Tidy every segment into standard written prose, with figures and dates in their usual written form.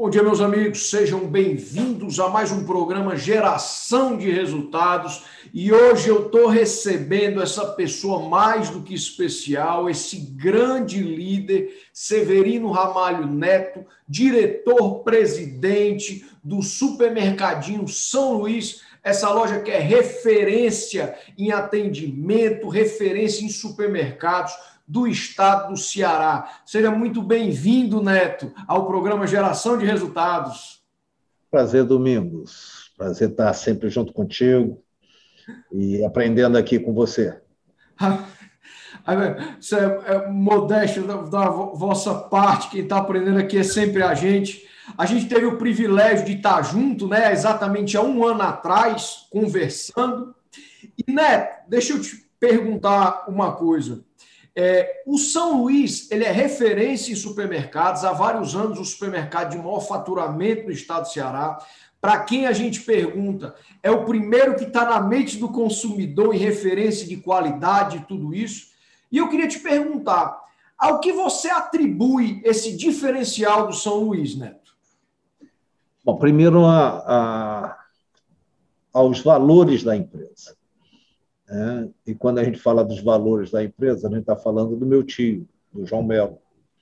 Bom dia, meus amigos, sejam bem-vindos a mais um programa Geração de Resultados. E hoje eu estou recebendo essa pessoa mais do que especial, esse grande líder, Severino Ramalho Neto, diretor-presidente do Supermercadinho São Luís, essa loja que é referência em atendimento, referência em supermercados do estado do Ceará. Seja muito bem-vindo, Neto, ao programa Geração de Resultados. Prazer, Domingos. Prazer estar sempre junto contigo e aprendendo aqui com você. Isso é modéstia da vossa parte, quem está aprendendo aqui é sempre a gente. A gente teve o privilégio de estar junto, né, exatamente há um ano atrás, conversando. E, Neto, deixa eu te perguntar uma coisa. O São Luís, ele é referência em supermercados, há vários anos o supermercado de maior faturamento no estado do Ceará. Para quem a gente pergunta, é o primeiro que está na mente do consumidor em referência de qualidade e tudo isso. E eu queria te perguntar, ao que você atribui esse diferencial do São Luís, Neto? Bom, primeiro aos valores da empresa. E quando a gente fala dos valores da empresa, a gente está falando do meu tio, do João Melo.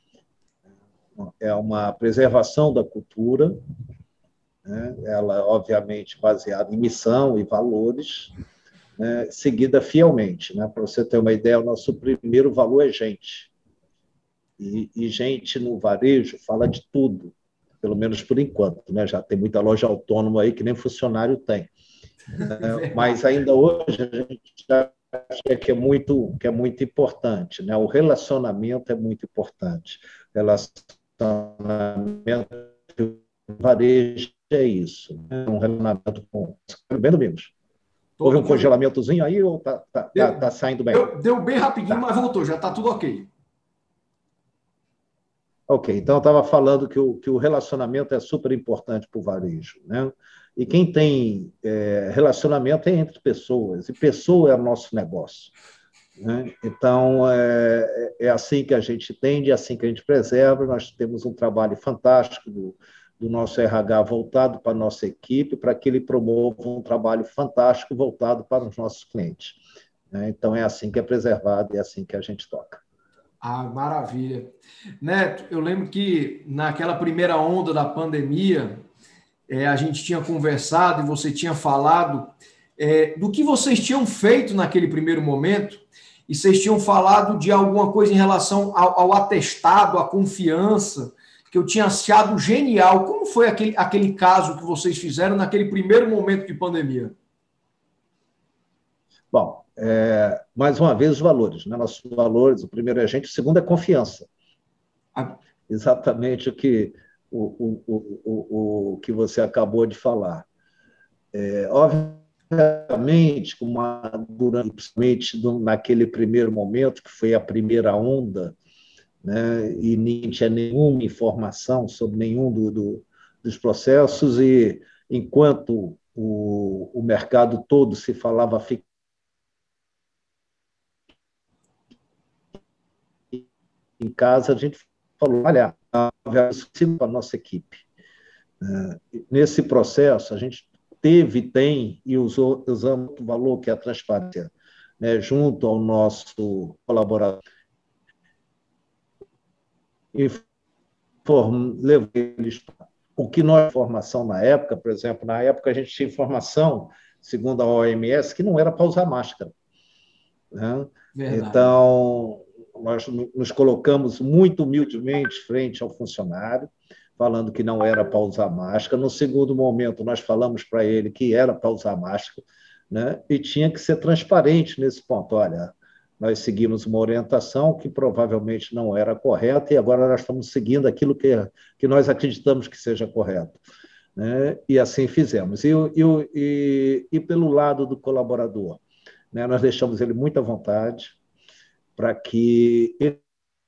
É uma preservação da cultura, ela, obviamente, baseada em missão e valores, seguida fielmente. Para você ter uma ideia, o nosso primeiro valor é gente. E gente no varejo fala de tudo, pelo menos por enquanto. Já tem muita loja autônoma aí que nem funcionário tem. Mas ainda hoje a gente acha que é muito importante. O relacionamento é muito importante. Relacionamento varejo é isso. Um relacionamento com... Bem, Domingos? Houve um congelamentozinho aí ou tá saindo bem? Deu bem rapidinho, mas voltou, já está tudo ok. Ok, então eu estava falando que o relacionamento é super importante para o varejo. E quem tem relacionamento é entre pessoas, e pessoa é o nosso negócio. Então, é assim que a gente tende, é assim que a gente preserva. Nós temos um trabalho fantástico do nosso RH voltado para a nossa equipe, para que ele promova um trabalho fantástico voltado para os nossos clientes. Então, é assim que é preservado e é assim que a gente toca. Ah, maravilha. Neto, eu lembro que naquela primeira onda da pandemia, a gente tinha conversado e você tinha falado do que vocês tinham feito naquele primeiro momento, e vocês tinham falado de alguma coisa em relação ao atestado, à confiança, que eu tinha achado genial. Como foi aquele caso que vocês fizeram naquele primeiro momento de pandemia? Bom, mais uma vez os valores. Nossos valores, o primeiro é gente, o segundo é confiança. Exatamente o que você acabou de falar. Obviamente, principalmente naquele primeiro momento, que foi a primeira onda, e nem tinha nenhuma informação sobre nenhum dos processos, e enquanto o mercado todo se falava em casa, a gente falou, olha, isso para a nossa equipe. Nesse processo, a gente tem e usamos o valor que é a transparência, junto ao nosso colaborador. Levei eles o que nós informação na época, por exemplo, na época a gente tinha informação, segundo a OMS, que não era para usar máscara. Então, nós nos colocamos muito humildemente frente ao funcionário, falando que não era para usar máscara. No segundo momento, nós falamos para ele que era para usar máscara, e tinha que ser transparente nesse ponto. Olha, nós seguimos uma orientação que provavelmente não era correta e agora nós estamos seguindo aquilo que nós acreditamos que seja correto. E assim fizemos. E pelo lado do colaborador, nós deixamos ele muito à vontade para que ele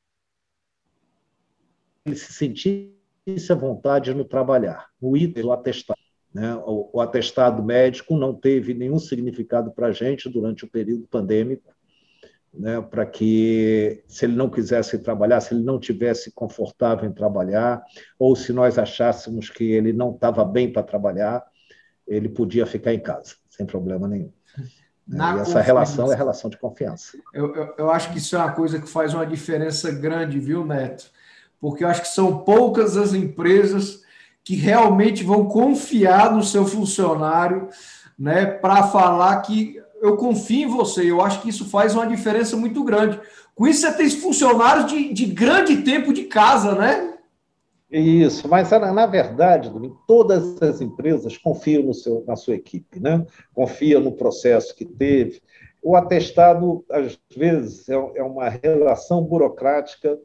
se sentisse à vontade no trabalhar. O item do atestado. O atestado médico não teve nenhum significado para a gente durante o período pandêmico. né, para que, se ele não quisesse trabalhar, se ele não tivesse confortável em trabalhar, ou se nós achássemos que ele não estava bem para trabalhar, ele podia ficar em casa, sem problema nenhum. E essa relação é relação de confiança. Eu acho que isso é uma coisa que faz uma diferença grande, viu, Neto? Porque eu acho que são poucas as empresas que realmente vão confiar no seu funcionário, né, para falar que eu confio em você. Eu acho que isso faz uma diferença muito grande. Com isso, você tem funcionários de grande tempo de casa, né? Isso, mas na verdade, Domingo, todas as empresas confiam na sua equipe, né? Confiam no processo que teve. O atestado, às vezes, é uma relação burocrática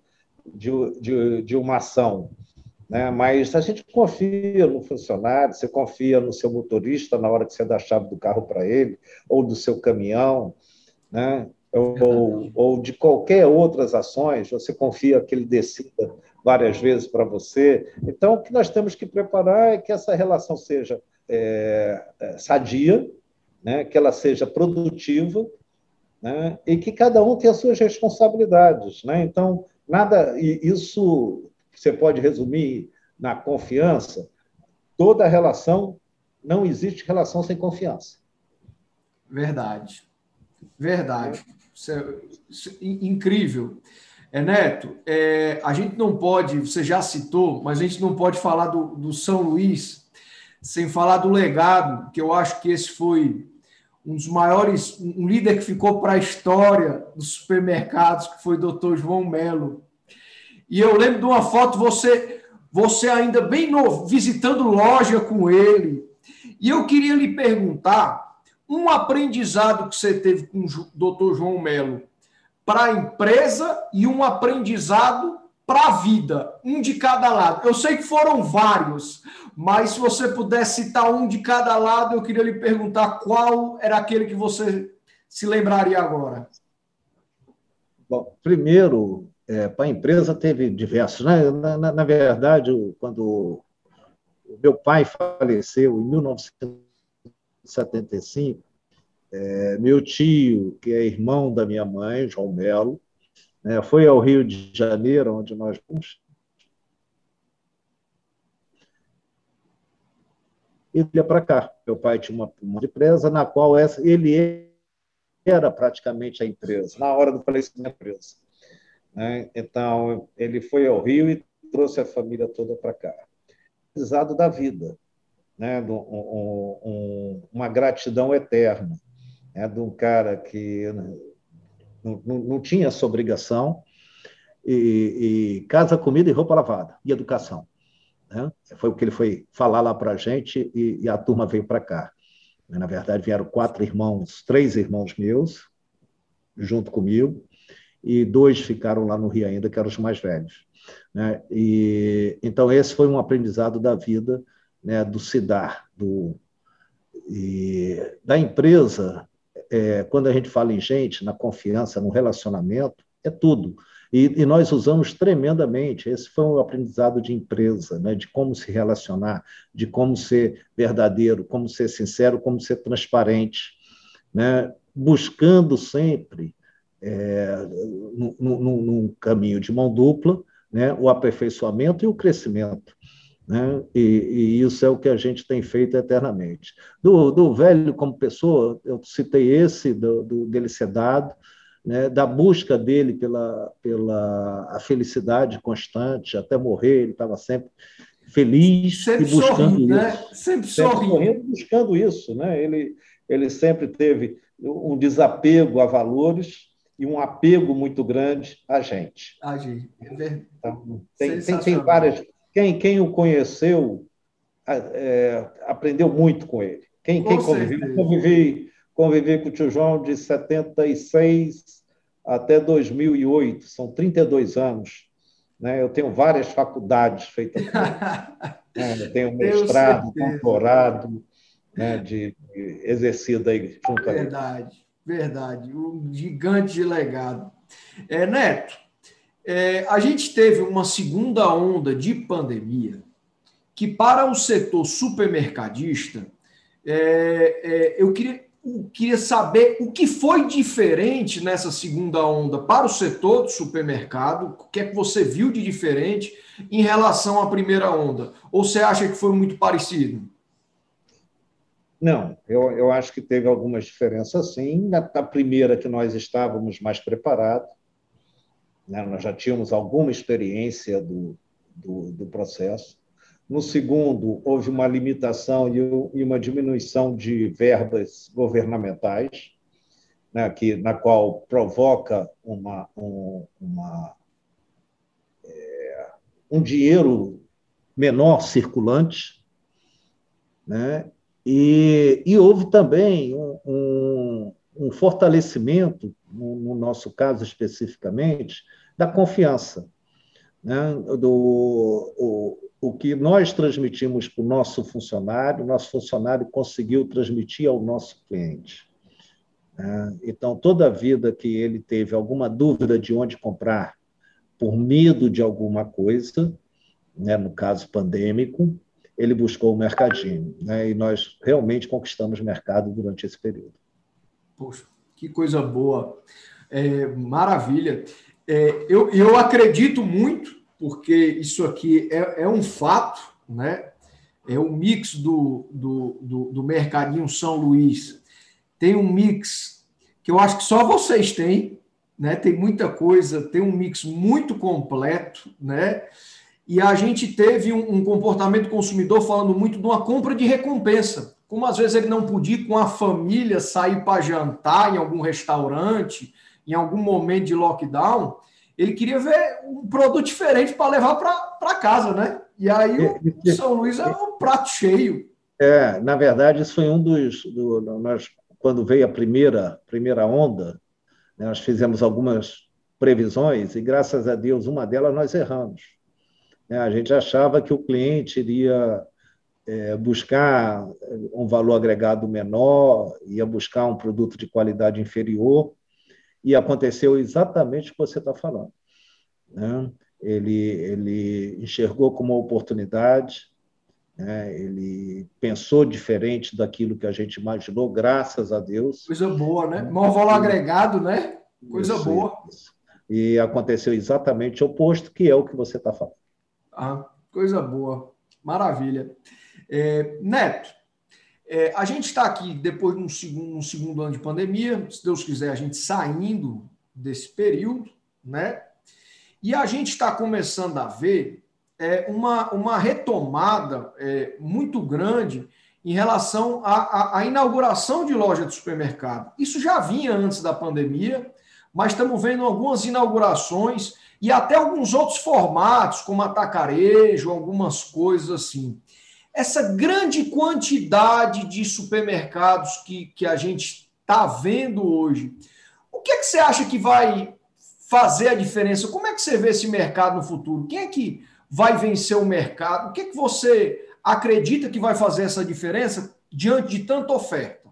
de uma ação, né? Mas a gente confia no funcionário, você confia no seu motorista na hora que você dá a chave do carro para ele, ou do seu caminhão, né? Ou de qualquer outras ações, você confia que ele decida várias vezes para você. Então, o que nós temos que preparar é que essa relação seja sadia, né? Que ela seja produtiva, né? E que cada um tenha as suas responsabilidades, né? Então, isso você pode resumir na confiança. Toda relação, não existe relação sem confiança. Verdade. Verdade. Isso é incrível. Neto, a gente não pode, você já citou, mas a gente não pode falar do São Luís sem falar do legado, que eu acho que esse foi um dos maiores, um líder que ficou para a história dos supermercados, que foi o Dr. João Melo. E eu lembro de uma foto, você ainda bem novo, visitando loja com ele. E eu queria lhe perguntar um aprendizado que você teve com o Dr. João Melo para a empresa e um aprendizado para a vida, um de cada lado. Eu sei que foram vários, mas se você pudesse citar um de cada lado, eu queria lhe perguntar qual era aquele que você se lembraria agora. Bom, primeiro, para a empresa teve diversos, né? Na verdade, quando o meu pai faleceu em 1975, meu tio, que é irmão da minha mãe, João Melo, foi ao Rio de Janeiro, onde nós fomos. Ele ia para cá. Meu pai tinha uma empresa na qual ele era praticamente a empresa, na hora do falecimento da empresa. Então, ele foi ao Rio e trouxe a família toda para cá. Aprendizado da vida, né? Uma gratidão eterna, né? De um cara que não tinha essa obrigação, e casa, comida e roupa lavada, e educação. Né? Foi o que ele foi falar lá para a gente, e a turma veio para cá. Na verdade, vieram 3 irmãos meus, junto comigo, e 2 ficaram lá no Rio ainda, que eram os mais velhos. Né? Então, esse foi um aprendizado da vida, né, do se dar, da empresa. Quando a gente fala em gente, na confiança, no relacionamento, é tudo. E nós usamos tremendamente. Esse foi um aprendizado de empresa, né? De como se relacionar, de como ser verdadeiro, como ser sincero, como ser transparente, né? Buscando sempre, num caminho de mão dupla, né? O aperfeiçoamento e o crescimento. Né? E isso é o que a gente tem feito eternamente. Do velho como pessoa, eu citei esse, dele ser dado, né? Da busca dele pela a felicidade constante, até morrer, ele estava sempre feliz sempre e buscando sorrindo, isso. Né? Sempre sorrindo, buscando isso. Né? Ele sempre teve um desapego a valores e um apego muito grande a gente. Então, tem várias... Quem o conheceu aprendeu muito com ele. Quem conviveu, convivi com o tio João de 76 até 2008, são 32 anos. Né? Eu tenho várias faculdades feitas com ele. Eu tenho mestrado, doutorado, né, exercido aí junto a ele. Verdade. Um gigante de legado. Neto, a gente teve uma segunda onda de pandemia que, para o setor supermercadista, eu queria queria saber o que foi diferente nessa segunda onda para o setor do supermercado, o que é que você viu de diferente em relação à primeira onda? Ou você acha que foi muito parecido? Não, eu acho que teve algumas diferenças, sim. Na primeira, que nós estávamos mais preparados, né? Nós já tínhamos alguma experiência do processo. No segundo, houve uma limitação e uma diminuição de verbas governamentais, né? Na qual provoca um dinheiro menor circulante, né? E houve também um fortalecimento, no nosso caso especificamente, da confiança, né? O que nós transmitimos para o nosso funcionário conseguiu transmitir ao nosso cliente, né? Então, toda a vida que ele teve alguma dúvida de onde comprar, por medo de alguma coisa, né, no caso pandêmico, ele buscou o mercadinho, né, e nós realmente conquistamos mercado durante esse período. Poxa, que coisa boa. Maravilha. Eu acredito muito, porque isso aqui é um fato, né? É um mix do Mercadinho São Luís. Tem um mix que eu acho que só vocês têm, né? Tem muita coisa, tem um mix muito completo, né? E a gente teve um comportamento consumidor falando muito de uma compra de recompensa. Como às vezes ele não podia ir com a família sair para jantar em algum restaurante, em algum momento de lockdown, ele queria ver um produto diferente para levar para casa, né? E aí o São Luís é um prato cheio. Na verdade, isso foi nós, quando veio a primeira onda, né, nós fizemos algumas previsões e, graças a Deus, uma delas nós erramos. A gente achava que o cliente iria buscar um valor agregado menor, ia buscar um produto de qualidade inferior, e aconteceu exatamente o que você está falando, né? Ele enxergou como uma oportunidade, né? Ele pensou diferente daquilo que a gente imaginou, graças a Deus. Coisa boa, né? Maior valor agregado, né? Coisa Isso, boa. isso. E aconteceu exatamente o oposto, que é o que você está falando. Ah, coisa boa. Maravilha. Neto, a gente está aqui depois de um segundo ano de pandemia, se Deus quiser, a gente saindo desse período, né? E a gente está começando a ver uma retomada muito grande em relação à inauguração de loja de supermercado. Isso já vinha antes da pandemia, mas estamos vendo algumas inaugurações e até alguns outros formatos, como atacarejo, algumas coisas assim. Essa grande quantidade de supermercados que a gente está vendo hoje, o que é que você acha que vai fazer a diferença? Como é que você vê esse mercado no futuro? Quem é que vai vencer o mercado? O que é que você acredita que vai fazer essa diferença diante de tanta oferta?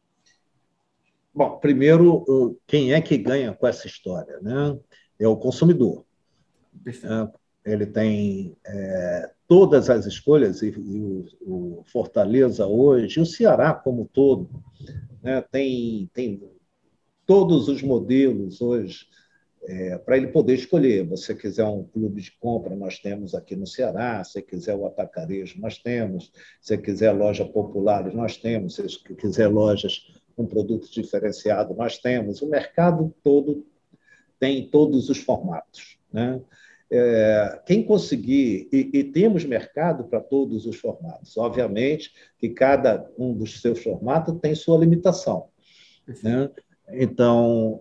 Bom, primeiro, quem é que ganha com essa história, né? É o consumidor. Perfeito. Ele tem todas as escolhas, e o Fortaleza hoje, o Ceará como todo, né, tem todos os modelos hoje para ele poder escolher. Você quiser um clube de compra, nós temos aqui no Ceará. Se quiser o atacarejo, nós temos. Se quiser loja popular, nós temos. Se quiser lojas com produtos diferenciados, nós temos. O mercado todo tem todos os formatos, né? Quem conseguir, e temos mercado para todos os formatos. Obviamente que cada um dos seus formatos tem sua limitação, né? Então,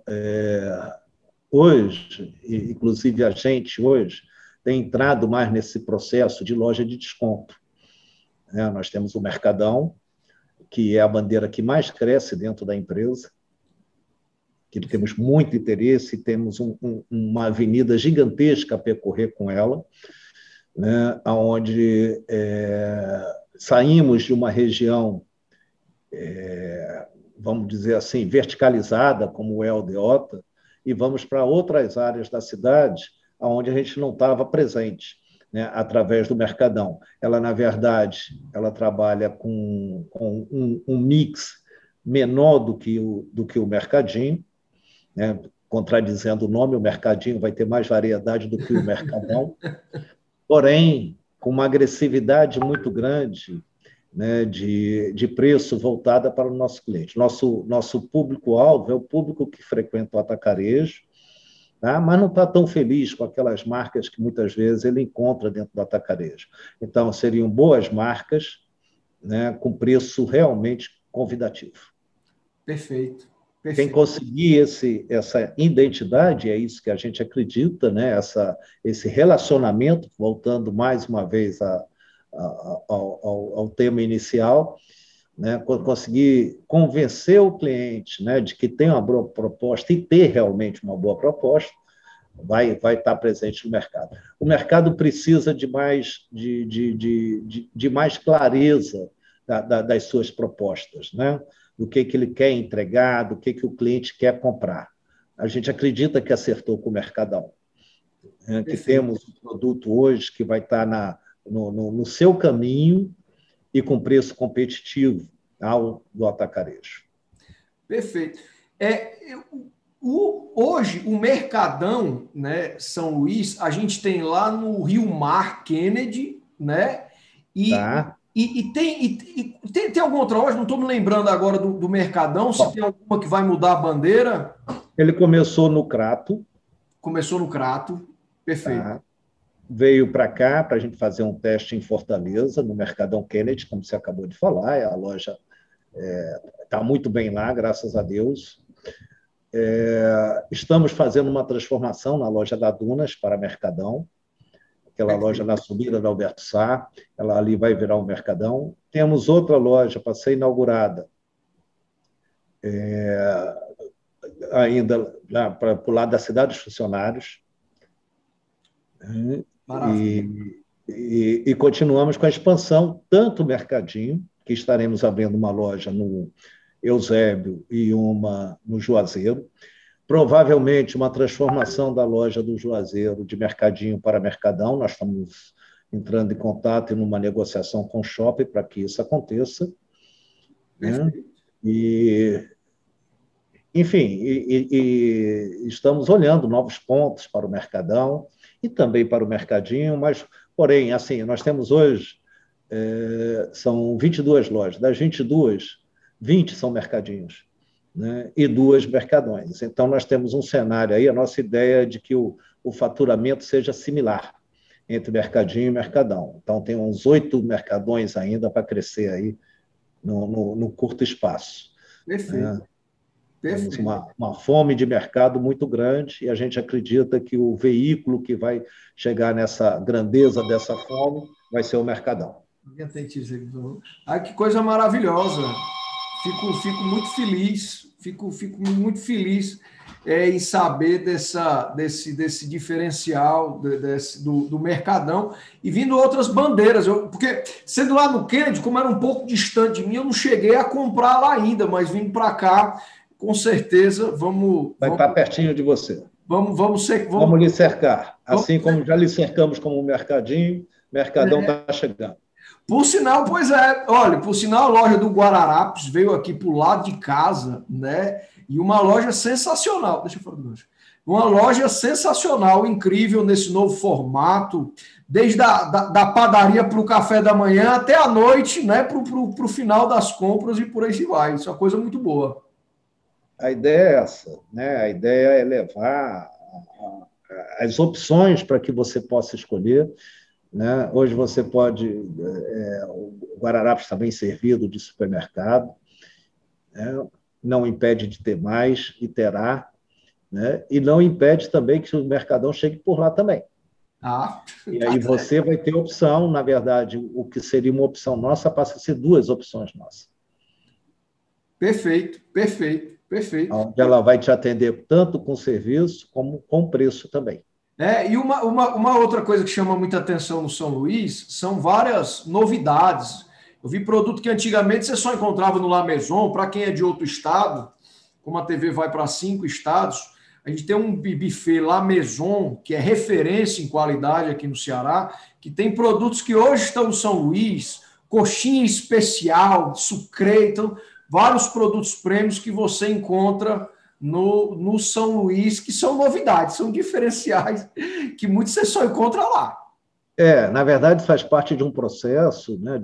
hoje, inclusive a gente hoje, tem entrado mais nesse processo de loja de desconto, né? Nós temos o Mercadão, que é a bandeira que mais cresce dentro da empresa, que temos muito interesse, temos uma avenida gigantesca a percorrer com ela, né? Onde saímos de uma região, vamos dizer assim, verticalizada, como é o Aldeota, e vamos para outras áreas da cidade onde a gente não estava presente, né, através do Mercadão. Ela, na verdade, ela trabalha com um mix menor do que o Mercadinho, né? Contradizendo o nome, o Mercadinho vai ter mais variedade do que o Mercadão, porém, com uma agressividade muito grande, né, de preço voltada para o nosso cliente. Nosso público-alvo é o público que frequenta o atacarejo, tá? Mas não está tão feliz com aquelas marcas que muitas vezes ele encontra dentro do atacarejo. Então, seriam boas marcas, né, com preço realmente convidativo. Perfeito. Quem conseguir essa identidade, é isso que a gente acredita, né? Esse relacionamento, voltando mais uma vez ao tema inicial, né? Conseguir convencer o cliente, né, de que tem uma boa proposta e ter realmente uma boa proposta, vai estar presente no mercado. O mercado precisa de mais clareza das suas propostas, né? Do que ele quer entregar, do que o cliente quer comprar. A gente acredita que acertou com o Mercadão, né? Que temos um produto hoje que vai estar no seu caminho e com preço competitivo do atacarejo. Perfeito. Hoje, o Mercadão, né, São Luís, a gente tem lá no Rio Mar Kennedy, né? Tá. E tem alguma outra loja? Não estou me lembrando agora do Mercadão, se tem alguma que vai mudar a bandeira. Ele começou no Crato. Começou no Crato, perfeito. Tá. Veio para cá para a gente fazer um teste em Fortaleza, no Mercadão Kennedy, como você acabou de falar. A loja está muito bem lá, graças a Deus. Estamos fazendo uma transformação na loja da Dunas para Mercadão, aquela loja na subida da Alberto Sá, ela ali vai virar um Mercadão. Temos outra loja para ser inaugurada, ainda para o lado da Cidade dos Funcionários. E continuamos com a expansão, tanto o Mercadinho, que estaremos abrindo uma loja no Eusébio e uma no Juazeiro, provavelmente uma transformação da loja do Juazeiro de Mercadinho para Mercadão. Nós estamos entrando em contato e numa negociação com o shopping para que isso aconteça. Né? Enfim, estamos olhando novos pontos para o Mercadão e também para o Mercadinho, mas, porém, assim, nós temos hoje, são 22 lojas, das 22, 20 são Mercadinhos, né? E 2 Mercadões. Então, nós temos um cenário aí, a nossa ideia é de que o faturamento seja similar entre Mercadinho e Mercadão. Então, tem uns 8 Mercadões ainda para crescer aí no curto espaço. Perfeito. Temos uma fome de mercado muito grande e a gente acredita que o veículo que vai chegar nessa grandeza dessa fome vai ser o Mercadão. Ai, que coisa maravilhosa. Fico muito feliz, fico muito feliz em saber desse diferencial do Mercadão e vindo outras bandeiras. Porque sendo lá no Kennedy, como era um pouco distante de mim, eu não cheguei a comprar lá ainda, mas vindo para cá, com certeza, vai estar pertinho de você. Vamos lhe cercar. Assim como já lhe cercamos como Mercadinho, Mercadão está chegando. Por sinal, pois é. Olha, por sinal, a loja do Guararapes veio aqui para o lado de casa, né? E uma loja sensacional. Deixa eu falar do lanche. Uma loja sensacional, incrível nesse novo formato, desde da padaria para o café da manhã até a noite, né? Para o final das compras e por aí se vai. Isso é uma coisa muito boa. A ideia é essa, né? A ideia é levar as opções para que você possa escolher. Né? Hoje você pode... o Guararapes está bem servido de supermercado, né? Não impede de ter mais, e terá, né? E não impede também que o Mercadão chegue por lá também. E aí você vai ter opção, na verdade, o que seria uma opção nossa passa a ser 2 opções nossas. Perfeito. Onde ela vai te atender tanto com serviço como com preço também. E uma outra coisa que chama muita atenção no São Luís são várias novidades. Eu vi produto que antigamente você só encontrava no La Maison. Para quem é de outro estado, como a TV vai para 5 estados, a gente tem um buffet La Maison, que é referência em qualidade aqui no Ceará, que tem produtos que hoje estão no São Luís, coxinha especial, sucrê. Então, vários produtos prêmios que você encontra no São Luís, que são novidades, são diferenciais, que muitos você só encontra lá. Na verdade, faz parte de um processo, né,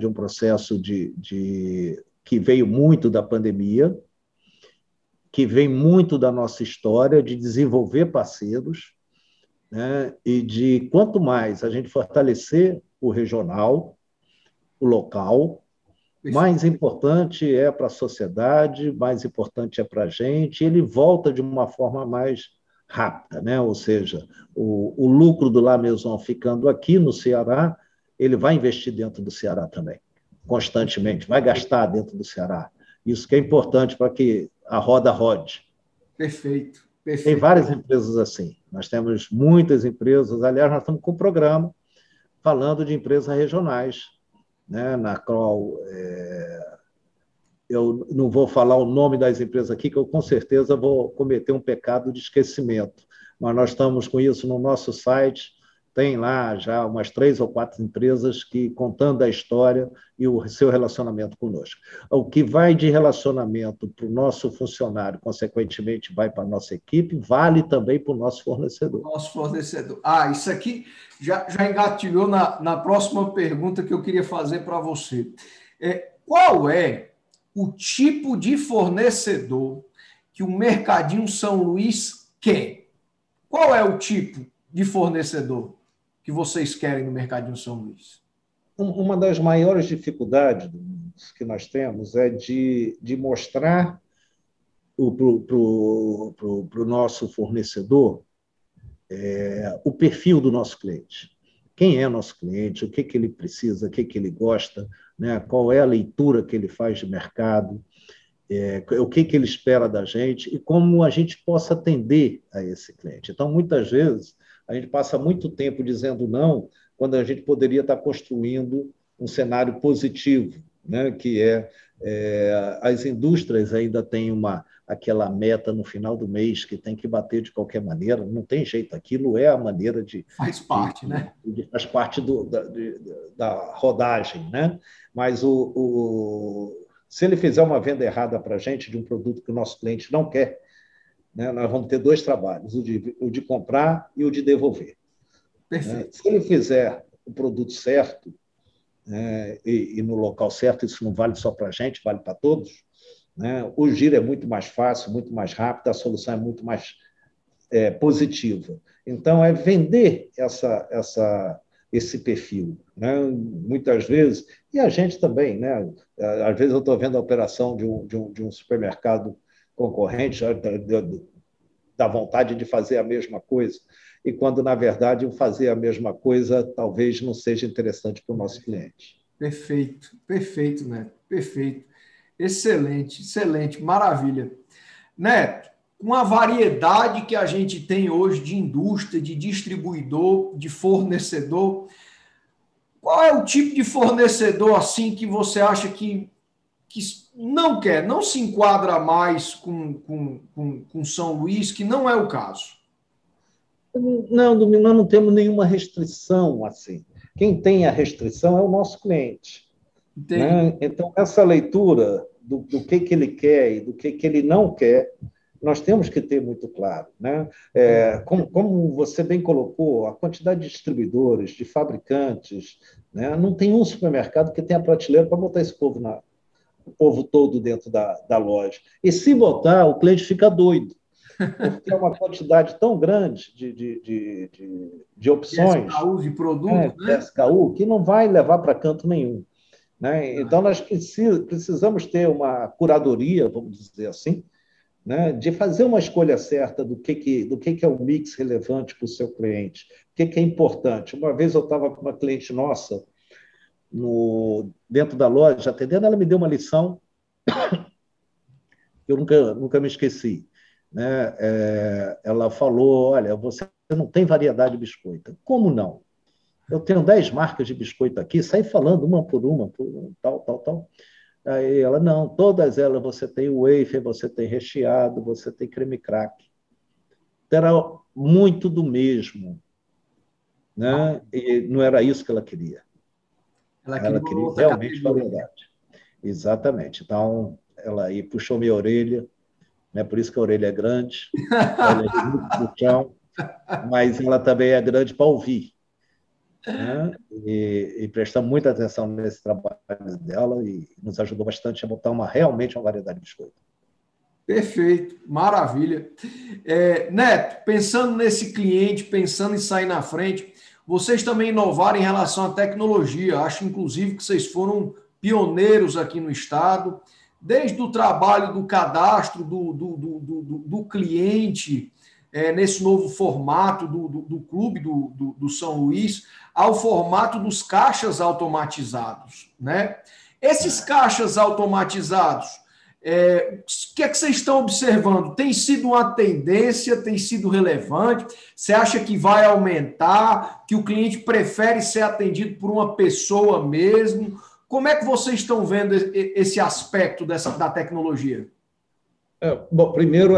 que veio muito da pandemia, que vem muito da nossa história de desenvolver parceiros, né, e de quanto mais a gente fortalecer o regional, o local, mais importante é para a sociedade, mais importante é para a gente, ele volta de uma forma mais rápida, né? Ou seja, o lucro do La Maison ficando aqui no Ceará, ele vai investir dentro do Ceará também, constantemente, vai gastar dentro do Ceará. Isso que é importante para que a roda rode. Perfeito, Tem perfeito. várias empresas assim, nós temos muitas empresas, aliás, nós estamos com um programa falando de empresas regionais, né, na qual eu não vou falar o nome das empresas aqui, que eu com certeza vou cometer um pecado de esquecimento, mas nós estamos com isso no nosso site, tem lá já umas 3 ou 4 empresas que contando a história e o seu relacionamento conosco. O que vai de relacionamento para o nosso funcionário, consequentemente vai para a nossa equipe, vale também para o nosso fornecedor. Nosso fornecedor. Isso aqui já engatilhou na próxima pergunta que eu queria fazer para você. Qual é o tipo de fornecedor que o Mercadinho São Luís quer? Qual é o tipo de fornecedor que vocês querem no Mercadinho São Luís? Uma das maiores dificuldades que nós temos é de mostrar para o nosso fornecedor o perfil do nosso cliente. Quem é nosso cliente, o que ele precisa, o que ele gosta, né? Qual é a leitura que ele faz de mercado, o que ele espera da gente e como a gente possa atender a esse cliente. Então, muitas vezes, a gente passa muito tempo dizendo não, quando a gente poderia estar construindo um cenário positivo, né? Que as indústrias ainda têm aquela meta no final do mês que tem que bater de qualquer maneira, não tem jeito, aquilo é a maneira de... Faz parte, né? Faz parte da rodagem, né? Mas se ele fizer uma venda errada para a gente de um produto que o nosso cliente não quer, né, nós vamos ter 2 trabalhos, o de comprar e o de devolver. Perfeito. Se ele fizer o produto certo, né, e no local certo, isso não vale só para a gente, vale para todos, né, o giro é muito mais fácil, muito mais rápido, a solução é muito mais positiva. Então, é vender esse perfil, né? Muitas vezes, e a gente também, né? Às vezes eu estou vendo a operação de um supermercado concorrente, dá vontade de fazer a mesma coisa, e quando, na verdade, o fazer a mesma coisa talvez não seja interessante para o nosso cliente. Perfeito, perfeito, Neto, perfeito. Excelente, excelente, maravilha. Neto, com a variedade que a gente tem hoje de indústria, de distribuidor, de fornecedor, qual é o tipo de fornecedor assim que você acha que não quer, não se enquadra mais com São Luís, que não é o caso? Não, nós não temos nenhuma restrição assim. Quem tem a restrição é o nosso cliente. Entendi. Né? Então, essa leitura do que ele quer e do que ele não quer, nós temos que ter muito claro. Né? Como você bem colocou, a quantidade de distribuidores, de fabricantes, né? Não tem um supermercado que tenha prateleira para botar esse o povo todo dentro da loja. E se botar, o cliente fica doido, porque é uma quantidade tão grande de De opções, SKU, de produto, né, de né? SKU, que não vai levar para canto nenhum. Né? Então, nós precisamos ter uma curadoria, vamos dizer assim, né? De fazer uma escolha certa do que é o mix relevante para o seu cliente, o que é importante. Uma vez eu estava com uma cliente nossa dentro da loja, atendendo, ela me deu uma lição que eu nunca me esqueci. Né? Ela falou, olha, você não tem variedade de biscoito. Como não? Eu tenho 10 marcas de biscoito aqui, saí falando uma, tal, tal, tal. Aí ela, não, todas elas você tem wafer, você tem recheado, você tem creme crack. Então, era muito do mesmo. Né? E não era isso que ela queria. Ela Ela queria uma queria outra realmente categoria. variedade. Exatamente. Então, ela aí puxou minha orelha, né? Por isso que a orelha é grande, olha no chão, mas ela também é grande para ouvir, né? E prestar muita atenção nesse trabalho dela e nos ajudou bastante a botar realmente uma variedade de biscoito. Perfeito, maravilha. Neto, pensando nesse cliente, pensando em sair na frente, vocês também inovaram em relação à tecnologia. Acho, inclusive, que vocês foram pioneiros aqui no estado, desde o trabalho do cadastro do cliente, nesse novo formato do clube do São Luís, ao formato dos caixas automatizados, né? Esses caixas automatizados, o que é que vocês estão observando? Tem sido uma tendência, tem sido relevante? Você acha que vai aumentar, que o cliente prefere ser atendido por uma pessoa mesmo? Como é que vocês estão vendo esse aspecto da tecnologia? Bom, primeiro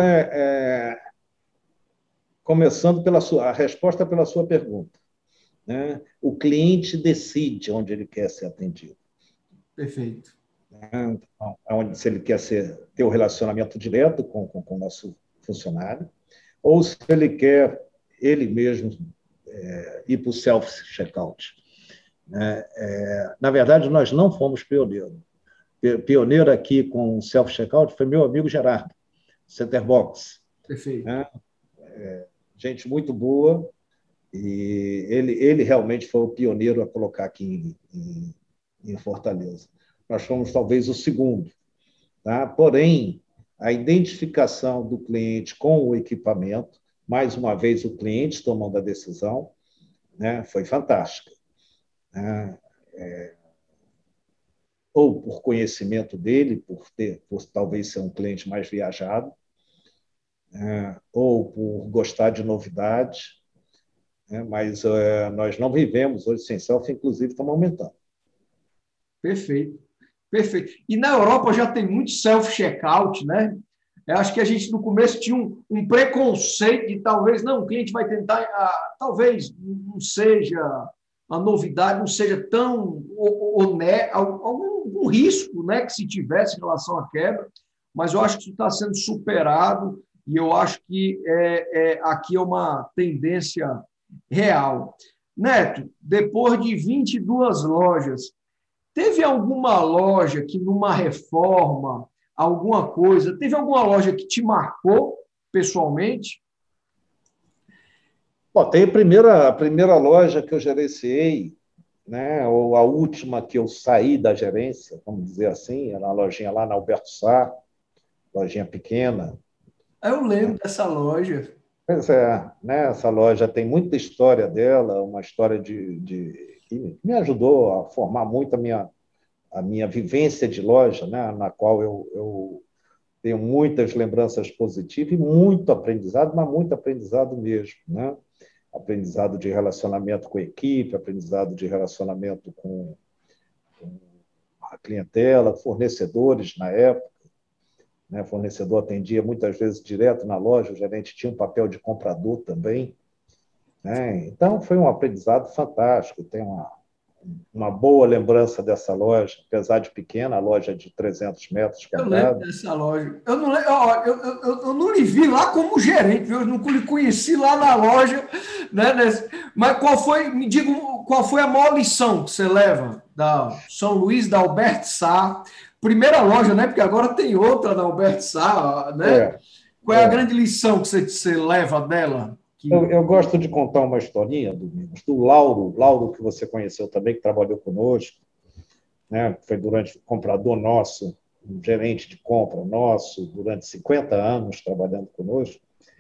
começando pela a resposta pela sua pergunta, né? O cliente decide onde ele quer ser atendido. Perfeito. Onde, se ele quer ter um relacionamento direto com o nosso funcionário, ou se ele quer ele mesmo ir para o self-checkout. Na verdade, nós não fomos pioneiros. Pioneiro aqui com o self-checkout foi meu amigo Gerardo, Centerbox. Perfeito. Gente muito boa, e ele realmente foi o pioneiro a colocar aqui em Fortaleza. Nós fomos talvez o segundo. Tá? Porém, a identificação do cliente com o equipamento, mais uma vez o cliente tomando a decisão, né, foi fantástica. Ou por conhecimento dele, por talvez ser um cliente mais viajado, ou por gostar de novidade, mas nós não vivemos hoje sem selfie, inclusive estamos aumentando. Perfeito, perfeito. E na Europa já tem muito self-checkout, né? Eu acho que a gente no começo tinha um preconceito de talvez, não, o cliente vai tentar, talvez não seja a novidade, não seja tão algum risco, né, que se tivesse em relação à quebra, mas eu acho que isso está sendo superado e eu acho que aqui é uma tendência real. Neto, depois de 22 lojas, teve alguma loja que, numa reforma, alguma coisa, teve alguma loja que te marcou pessoalmente? Bom, tem a primeira loja que eu gerenciei, né, ou a última que eu saí da gerência, vamos dizer assim, era uma lojinha lá na Alberto Sá, lojinha pequena. Eu lembro dessa loja. Pois é, né, essa loja tem muita história dela, uma história que me ajudou a formar muito a minha vivência de loja, né, na qual eu tenho muitas lembranças positivas e muito aprendizado, mas muito aprendizado mesmo, né? Aprendizado de relacionamento com a equipe, aprendizado de relacionamento com a clientela, fornecedores na época, né? O fornecedor atendia muitas vezes direto na loja, o gerente tinha um papel de comprador também, né? Então, foi um aprendizado fantástico, tenho uma boa lembrança dessa loja, apesar de pequena, a loja de 300 metros Eu lembro quadrados. dessa loja. Eu não lhe vi lá como gerente, viu? Eu não lhe conheci lá na loja, né? Mas me diga, qual foi a maior lição que você leva da São Luís, da Alberto Sá? Primeira loja, né? Porque agora tem outra da Alberto Sá, né? É, Qual é a grande lição que você leva dela? eu gosto de contar uma historinha, Domingos, do Lauro, que você conheceu também, que trabalhou conosco, né? Foi durante comprador nosso, um gerente de compra nosso, durante 50 anos trabalhando conosco,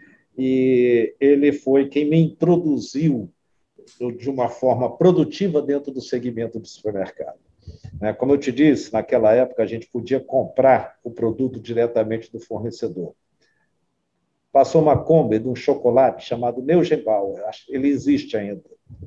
e ele foi quem me introduziu de uma forma produtiva dentro do segmento do supermercado. Como eu te disse, naquela época a gente podia comprar o produto diretamente do fornecedor. Passou uma Kombi de um chocolate chamado Neugebauer, ele existe ainda.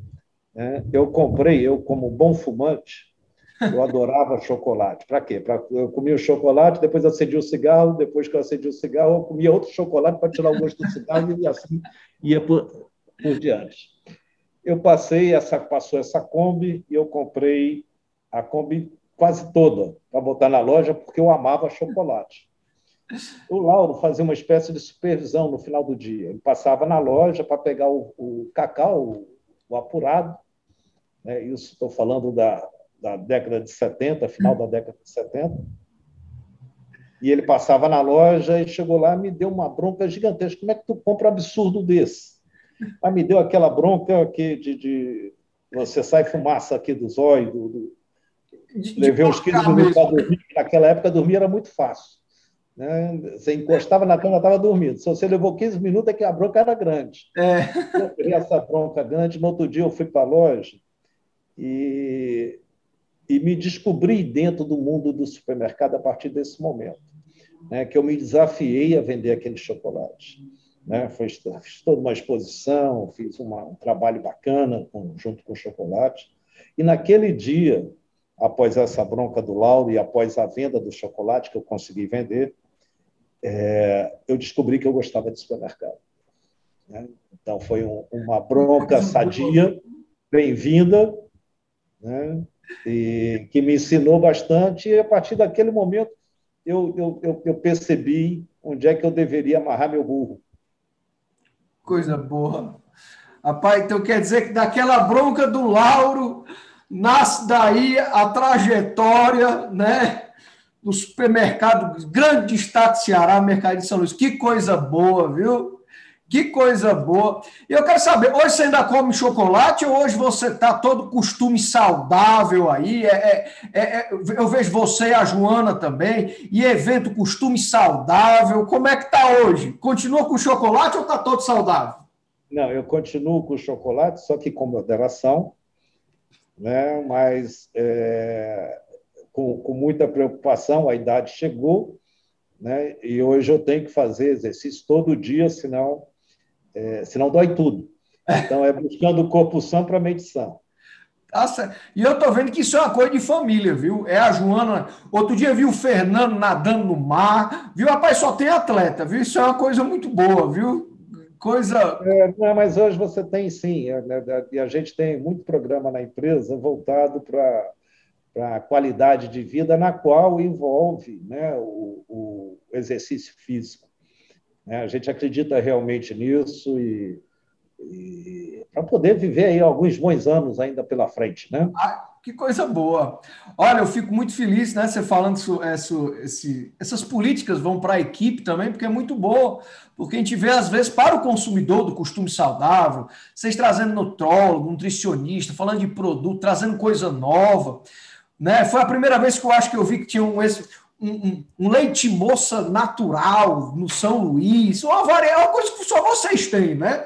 Eu comprei, eu como bom fumante, eu adorava chocolate. Para quê? Eu comia o chocolate, depois acendia o cigarro, depois que eu acendia o cigarro, eu comia outro chocolate para tirar o gosto do cigarro e assim ia por diante. Passou essa Kombi e eu comprei a Kombi quase toda para botar na loja, porque eu amava chocolate. O Lauro fazia uma espécie de supervisão no final do dia. Ele passava na loja para pegar o cacau, o apurado, né? Isso estou falando da década de 70, final da década de 70. E ele passava na loja e chegou lá e me deu uma bronca gigantesca. Como é que tu compra um absurdo desse? Aí me deu aquela bronca que de você sai fumaça aqui dos olhos. Levei uns 15 minutos para dormir. Naquela época, dormir era muito fácil. Né? Você encostava na cama, estava dormindo. Se você levou 15 minutos, é que a bronca era grande. Eu peguei essa bronca grande. No outro dia, eu fui para a loja e me descobri dentro do mundo do supermercado a partir desse momento, né, que eu me desafiei a vender aquele chocolate. Né? Fiz toda uma exposição, fiz um trabalho bacana junto com o chocolate. E naquele dia, após essa bronca do Lauro e após a venda do chocolate que eu consegui vender, eu descobri que eu gostava de supermercado. Né? Então, foi uma bronca sadia, bem-vinda, né? E que me ensinou bastante. E, a partir daquele momento, eu percebi onde é que eu deveria amarrar meu burro. Coisa boa. Rapaz, então quer dizer que daquela bronca do Lauro nasce daí a trajetória, né, do supermercado, grande destaque Ceará, mercado de São Luís. Que coisa boa, viu? Que coisa boa. E eu quero saber, hoje você ainda come chocolate ou hoje você está todo costume saudável aí? Eu vejo você e a Joana também, e evento costume saudável. Como é que está hoje? Continua com chocolate ou está todo saudável? Não, eu continuo com o chocolate, só que com moderação, né? Mas com muita preocupação, a idade chegou, né? E hoje eu tenho que fazer exercício todo dia, senão dói tudo. Então, é buscando o corpo sã para a medição. E eu tô vendo que isso é uma coisa de família, viu? É a Joana. Outro dia vi o Fernando nadando no mar, viu? Rapaz, só tem atleta, viu? Isso é uma coisa muito boa, viu? Coisa. Não, mas hoje você tem sim, né? E a gente tem muito programa na empresa voltado para a qualidade de vida, na qual envolve, né, o exercício físico. Né? A gente acredita realmente nisso e para poder viver aí alguns bons anos ainda pela frente, né? Que coisa boa. Olha, eu fico muito feliz, né? Você falando essas políticas vão para a equipe também, porque é muito boa. Porque a gente vê, às vezes, para o consumidor do costume saudável, vocês trazendo nutrólogo, nutricionista, falando de produto, trazendo coisa nova. Né? Foi a primeira vez que eu acho que eu vi que tinha um leite moça natural no São Luís, uma coisa que só vocês têm, né?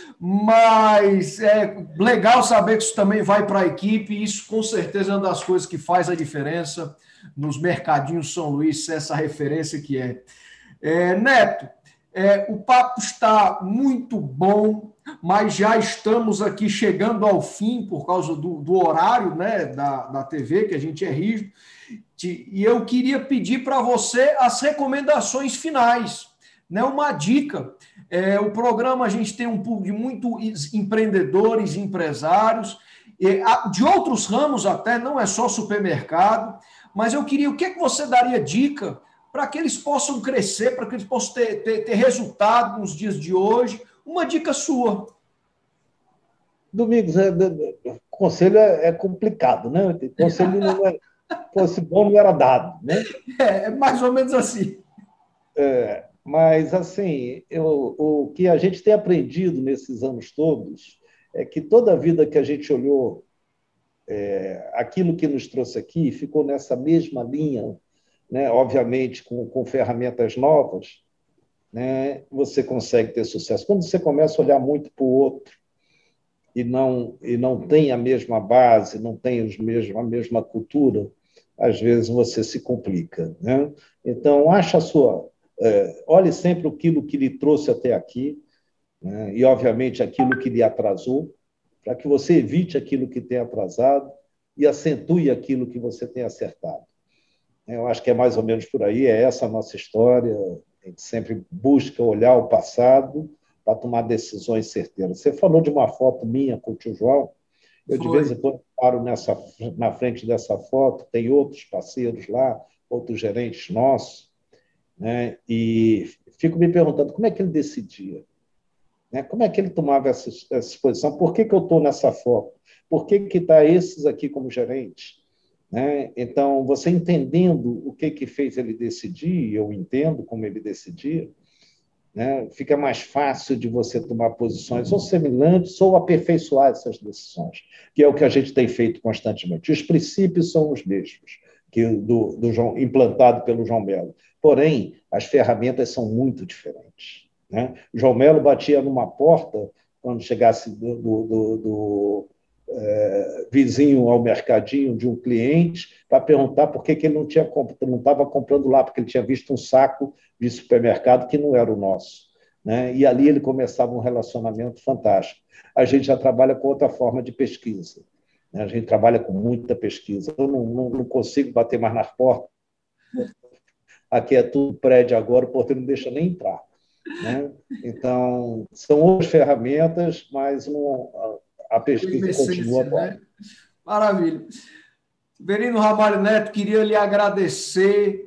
Mas é legal saber que isso também vai para a equipe, e isso com certeza é uma das coisas que faz a diferença nos mercadinhos São Luís, essa referência que é. Neto, o papo está muito bom, mas já estamos aqui chegando ao fim por causa do horário, né, da TV, que a gente é rígido, e eu queria pedir para você as recomendações finais, né, uma dica. O programa, a gente tem um público de muitos empreendedores, empresários, de outros ramos até, não é só supermercado, mas eu queria, o que é que você daria dica para que eles possam crescer, para que eles possam ter resultado nos dias de hoje? Uma dica sua. Domingos, conselho é complicado, né? Conselho não fosse bom, não era dado, né? É mais ou menos assim. Mas, assim, o que a gente tem aprendido nesses anos todos é que toda a vida que a gente olhou aquilo que nos trouxe aqui ficou nessa mesma linha, né? Obviamente com ferramentas novas, né? Você consegue ter sucesso. Quando você começa a olhar muito para o outro e não tem a mesma base, não tem a mesma cultura, às vezes você se complica, né? Então, olhe sempre aquilo que lhe trouxe até aqui, né? E, obviamente, aquilo que lhe atrasou, para que você evite aquilo que tem atrasado e acentue aquilo que você tem acertado. Eu acho que é mais ou menos por aí, é essa a nossa história. A gente sempre busca olhar o passado para tomar decisões certeiras. Você falou de uma foto minha com o tio João. Eu, de vez em quando, paro na frente dessa foto, tem outros parceiros lá, outros gerentes nossos, né? E fico me perguntando como é que ele decidia, né? Como é que ele tomava essa posição? Por que eu estou nessa foto? Por que está esses aqui como gerentes? Né? Então, você entendendo o que fez ele decidir, eu entendo como ele decidia, né? Fica mais fácil de você tomar posições ou semelhantes ou aperfeiçoar essas decisões, que é o que a gente tem feito constantemente. Os princípios são os mesmos que do João, implantado pelo João Melo, porém, as ferramentas são muito diferentes. Né? João Melo batia numa porta, quando chegasse do vizinho ao mercadinho de um cliente, para perguntar por que ele não estava comprando lá, porque ele tinha visto um saco de supermercado que não era o nosso. Né? E ali ele começava um relacionamento fantástico. A gente já trabalha com outra forma de pesquisa. Né? A gente trabalha com muita pesquisa. Eu não consigo bater mais nas portas. Aqui é tudo prédio agora, o porteiro não deixa nem entrar. Né? Então, são outras ferramentas, mas a pesquisa continua atual. Né? Maravilha. Severino Ramalho Neto, queria lhe agradecer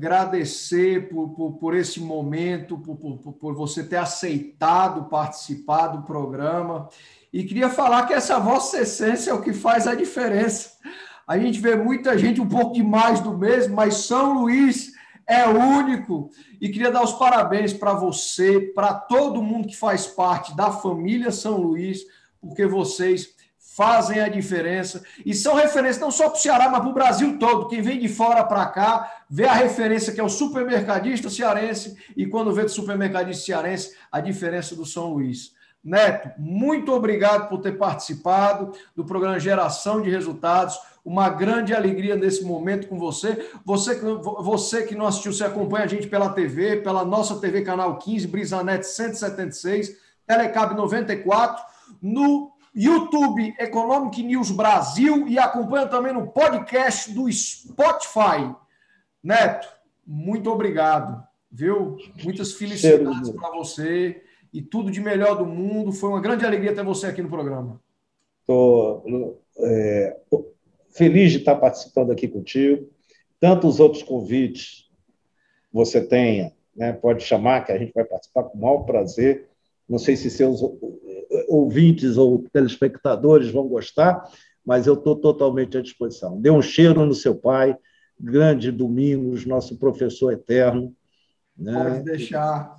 por esse momento, por você ter aceitado participar do programa. E queria falar que essa vossa essência é o que faz a diferença. A gente vê muita gente um pouco demais do mesmo, mas São Luís é único. E queria dar os parabéns para você, para todo mundo que faz parte da família São Luís, porque vocês fazem a diferença e são referência não só para o Ceará, mas para o Brasil todo. Quem vem de fora para cá vê a referência que é o supermercadista cearense e quando vê do supermercadista cearense, a diferença do São Luís. Neto, muito obrigado por ter participado do programa Geração de Resultados. Uma grande alegria nesse momento com você. Você que não assistiu, você acompanha a gente pela TV, pela nossa TV Canal 15, Brisanet 176, Telecab 94, no YouTube Economic News Brasil e acompanha também no podcast do Spotify. Neto, muito obrigado, viu? Muitas felicidades para você e tudo de melhor do mundo. Foi uma grande alegria ter você aqui no programa. Estou feliz de estar participando aqui contigo. Tantos outros convites você tenha, né? Pode chamar que a gente vai participar com o maior prazer. Não sei se seus ouvintes ou telespectadores vão gostar, mas eu estou totalmente à disposição. Dê um cheiro no seu pai, grande Domingos, nosso professor eterno. Né? Pode deixar.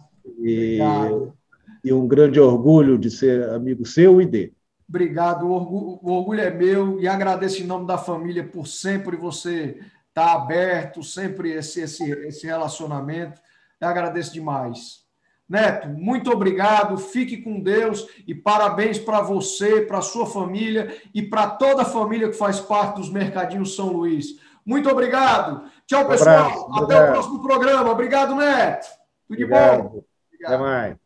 E um grande orgulho de ser amigo seu e dele. Obrigado, o orgulho é meu e agradeço em nome da família por sempre você estar aberto, sempre esse relacionamento. Eu agradeço demais. Neto, muito obrigado, fique com Deus e parabéns para você, para a sua família e para toda a família que faz parte dos Mercadinhos São Luís. Muito obrigado. Tchau, pessoal. Até o próximo programa. Obrigado, Neto. Tudo de bom. Até mais.